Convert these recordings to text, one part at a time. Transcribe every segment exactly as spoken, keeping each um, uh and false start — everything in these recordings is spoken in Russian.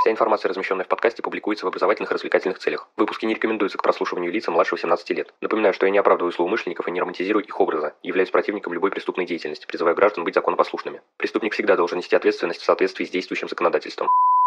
Вся информация, размещенная в подкасте, публикуется в образовательных и развлекательных целях. Выпуски не рекомендуются к прослушиванию лицам младше восемнадцати лет. Напоминаю, что я не оправдываю злоумышленников и не романтизирую их образа, являюсь противником любой преступной деятельности, призываю граждан быть законопослушными. Преступник всегда должен нести ответственность в соответствии с действующим законодательством.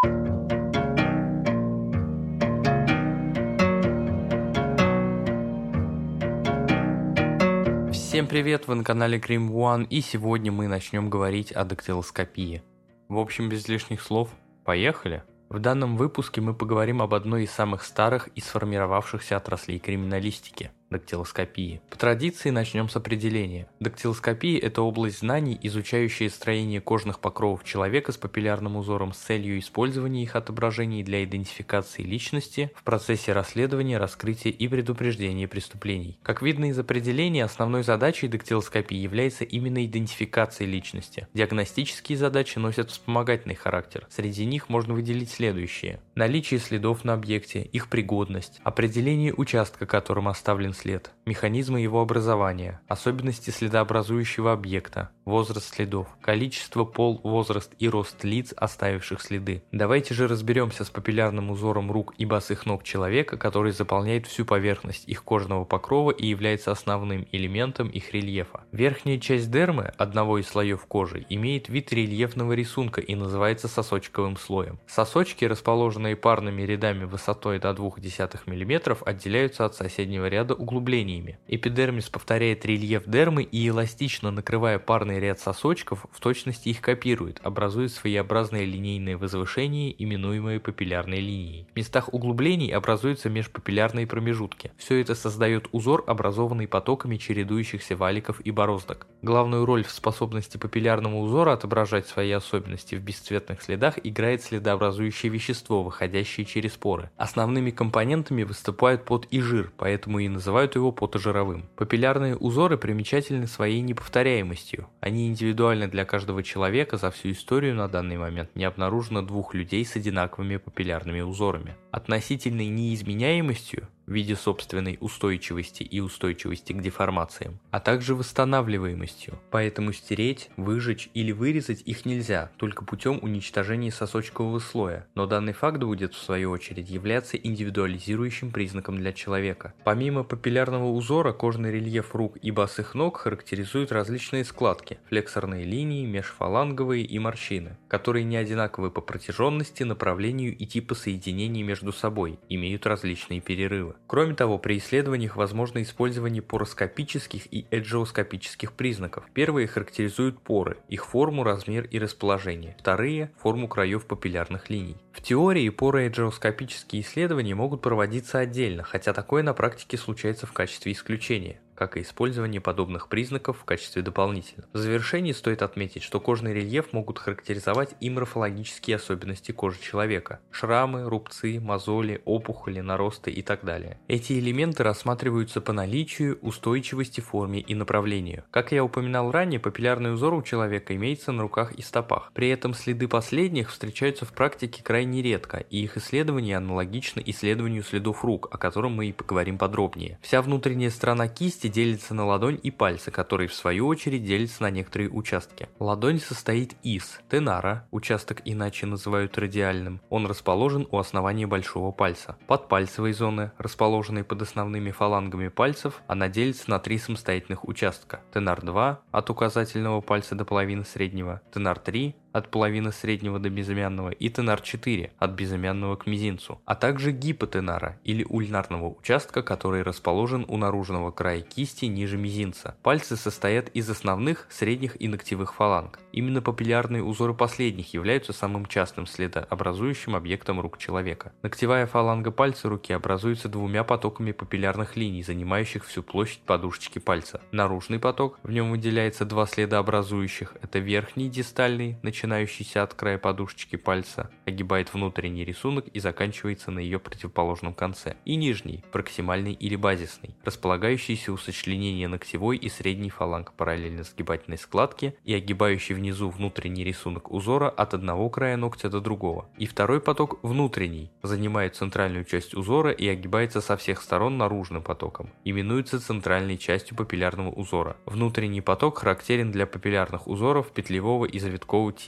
Всем привет, вы на канале Крим One, и сегодня мы начнем говорить о дактилоскопии. В общем, без лишних слов, поехали! В данном выпуске мы поговорим об одной из самых старых и сформировавшихся отраслей криминалистики – дактилоскопии. По традиции начнем с определения. Дактилоскопия – это область знаний, изучающая строение кожных покровов человека с папиллярным узором с целью использования их отображений для идентификации личности в процессе расследования, раскрытия и предупреждения преступлений. Как видно из определения, основной задачей дактилоскопии является именно идентификация личности. Диагностические задачи носят вспомогательный характер. Среди них можно выделить следующие: наличие следов на объекте, их пригодность, определение участка, которым оставлен след, механизмы его образования, особенности следообразующего объекта, возраст следов, количество, пол, возраст и рост лиц, оставивших следы. Давайте же разберемся с папиллярным узором рук и босых ног человека, который заполняет всю поверхность их кожного покрова и является основным элементом их рельефа. Верхняя часть дермы, одного из слоев кожи, имеет вид рельефного рисунка и называется сосочковым слоем. Сосочки, расположенные парными рядами высотой до двух десятых миллиметра, отделяются от соседнего ряда углублениями. Эпидермис повторяет рельеф дермы и, эластично накрывая парный ряд сосочков, в точности их копирует, образуя своеобразное линейное возвышение, именуемое папиллярной линией. В местах углублений образуются межпапиллярные промежутки. Все это создает узор, образованный потоками чередующихся валиков и бороздок. Главную роль в способности папиллярного узора отображать свои особенности в бесцветных следах играет следообразующее вещество, выходящее через поры. Основными компонентами выступают пот и жир, поэтому и называют его потожировым. Папиллярные узоры примечательны своей неповторяемостью. Они индивидуальны для каждого человека. За всю историю на данный момент не обнаружено двух людей с одинаковыми папиллярными узорами. Относительной неизменяемостью в виде собственной устойчивости и устойчивости к деформациям, а также восстанавливаемостью. Поэтому стереть, выжечь или вырезать их нельзя, только путем уничтожения сосочкового слоя, но данный факт будет в свою очередь являться индивидуализирующим признаком для человека. Помимо папиллярного узора, кожный рельеф рук и босых ног характеризуют различные складки, флексорные линии, межфаланговые и морщины, которые не одинаковы по протяженности, направлению и типу соединений между собой, имеют различные перерывы. Кроме того, при исследованиях возможно использование пороскопических и эджиоскопических признаков. Первые характеризуют поры, их форму, размер и расположение. Вторые – форму краев папиллярных линий. В теории пороэджиоскопические исследования могут проводиться отдельно, хотя такое на практике случается в качестве исключения, как и использование подобных признаков в качестве дополнительных. В завершении стоит отметить, что кожный рельеф могут характеризовать и морфологические особенности кожи человека – шрамы, рубцы, мозоли, опухоли, наросты и так далее. Эти элементы рассматриваются по наличию, устойчивости, форме и направлению. Как я упоминал ранее, папиллярный узор у человека имеется на руках и стопах. При этом следы последних встречаются в практике крайне редко, и их исследование аналогично исследованию следов рук, о котором мы и поговорим подробнее. Вся внутренняя сторона кисти делится на ладонь и пальцы, которые в свою очередь делятся на некоторые участки. Ладонь состоит из тенара, участок иначе называют радиальным, он расположен у основания большого пальца. Подпальцевой зоны, расположенной под основными фалангами пальцев, она делится на три самостоятельных участка. Тенар два от указательного пальца до половины среднего, тенар три от половины среднего до безымянного и тенар четыре от безымянного к мизинцу, а также гипотенара или ульнарного участка, который расположен у наружного края кисти ниже мизинца. Пальцы состоят из основных, средних и ногтевых фаланг. Именно папиллярные узоры последних являются самым частым следообразующим объектом рук человека. Ногтевая фаланга пальца руки образуется двумя потоками папиллярных линий, занимающих всю площадь подушечки пальца. Наружный поток, в нем выделяется два следообразующих, это верхний дистальный, начинающийся от края подушечки пальца, огибает внутренний рисунок и заканчивается на ее противоположном конце, и нижний, проксимальный или базисный, располагающийся у сочленения ногтевой и средней фаланг параллельно сгибательной складке и огибающий внизу внутренний рисунок узора от одного края ногтя до другого. И второй поток, внутренний, занимает центральную часть узора и огибается со всех сторон наружным потоком, именуется центральной частью папиллярного узора. Внутренний поток характерен для папиллярных узоров петлевого и завиткового типа.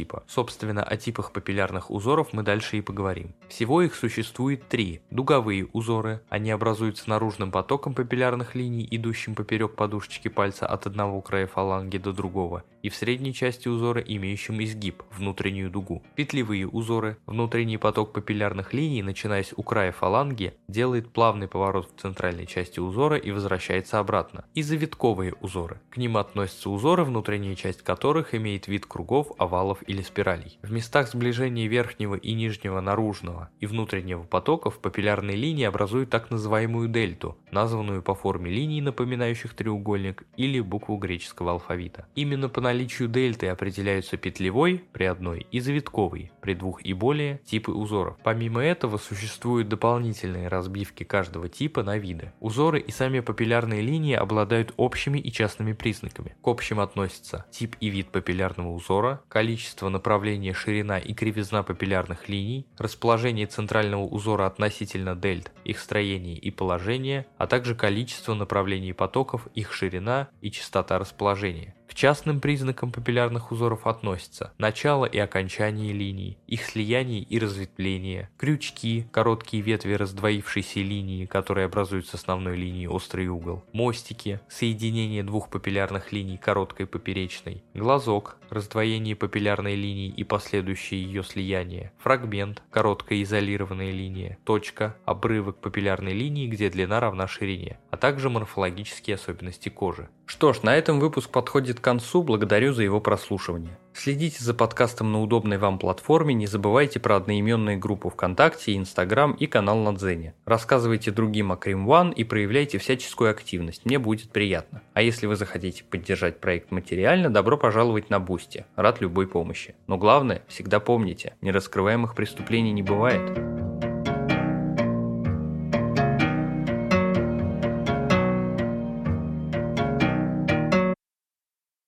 типа. Собственно, о типах папиллярных узоров мы дальше и поговорим. Всего их существует три. Дуговые узоры. Они образуются наружным потоком папиллярных линий, идущим поперек подушечки пальца от одного края фаланги до другого, и в средней части узора имеющим изгиб, внутреннюю дугу. Петлевые узоры. Внутренний поток папиллярных линий, начинаясь у края фаланги, делает плавный поворот в центральной части узора и возвращается обратно. И завитковые узоры. К ним относятся узоры, внутренняя часть которых имеет вид кругов, овалов или спиралей. В местах сближения верхнего и нижнего наружного и внутреннего потоков папиллярные линии образуют так называемую дельту, названную по форме линий, напоминающих треугольник или букву греческого алфавита. Именно по наличию дельты определяются петлевой при одной и завитковый при двух и более типы узоров. Помимо этого существуют дополнительные разбивки каждого типа на виды. Узоры и сами папиллярные линии обладают общими и частными признаками. К общим относятся тип и вид папиллярного узора, количество, направление, ширина и кривизна папиллярных линий, расположение центрального узора относительно дельт, их строение и положение, а также количество направлений потоков, их ширина и частота расположения. К частным признакам папиллярных узоров относятся начало и окончание линий, их слияние и разветвление, крючки, короткие ветви раздвоившейся линии, которые образуют с основной линией острый угол, мостики, соединение двух папиллярных линий короткой поперечной, глазок, раздвоение папиллярной линии и последующее ее слияние, фрагмент, короткая изолированная линия, точка, обрывок папиллярной линии, где длина равна ширине, а также морфологические особенности кожи. Что ж, на этом выпуск подходит к концу, благодарю за его прослушивание. Следите за подкастом на удобной вам платформе, не забывайте про одноименные группы ВКонтакте, Инстаграм и канал на Дзене. Рассказывайте другим о Крим One и проявляйте всяческую активность, мне будет приятно. А если вы захотите поддержать проект материально, добро пожаловать на Бусти, рад любой помощи. Но главное, всегда помните, нераскрываемых преступлений не бывает.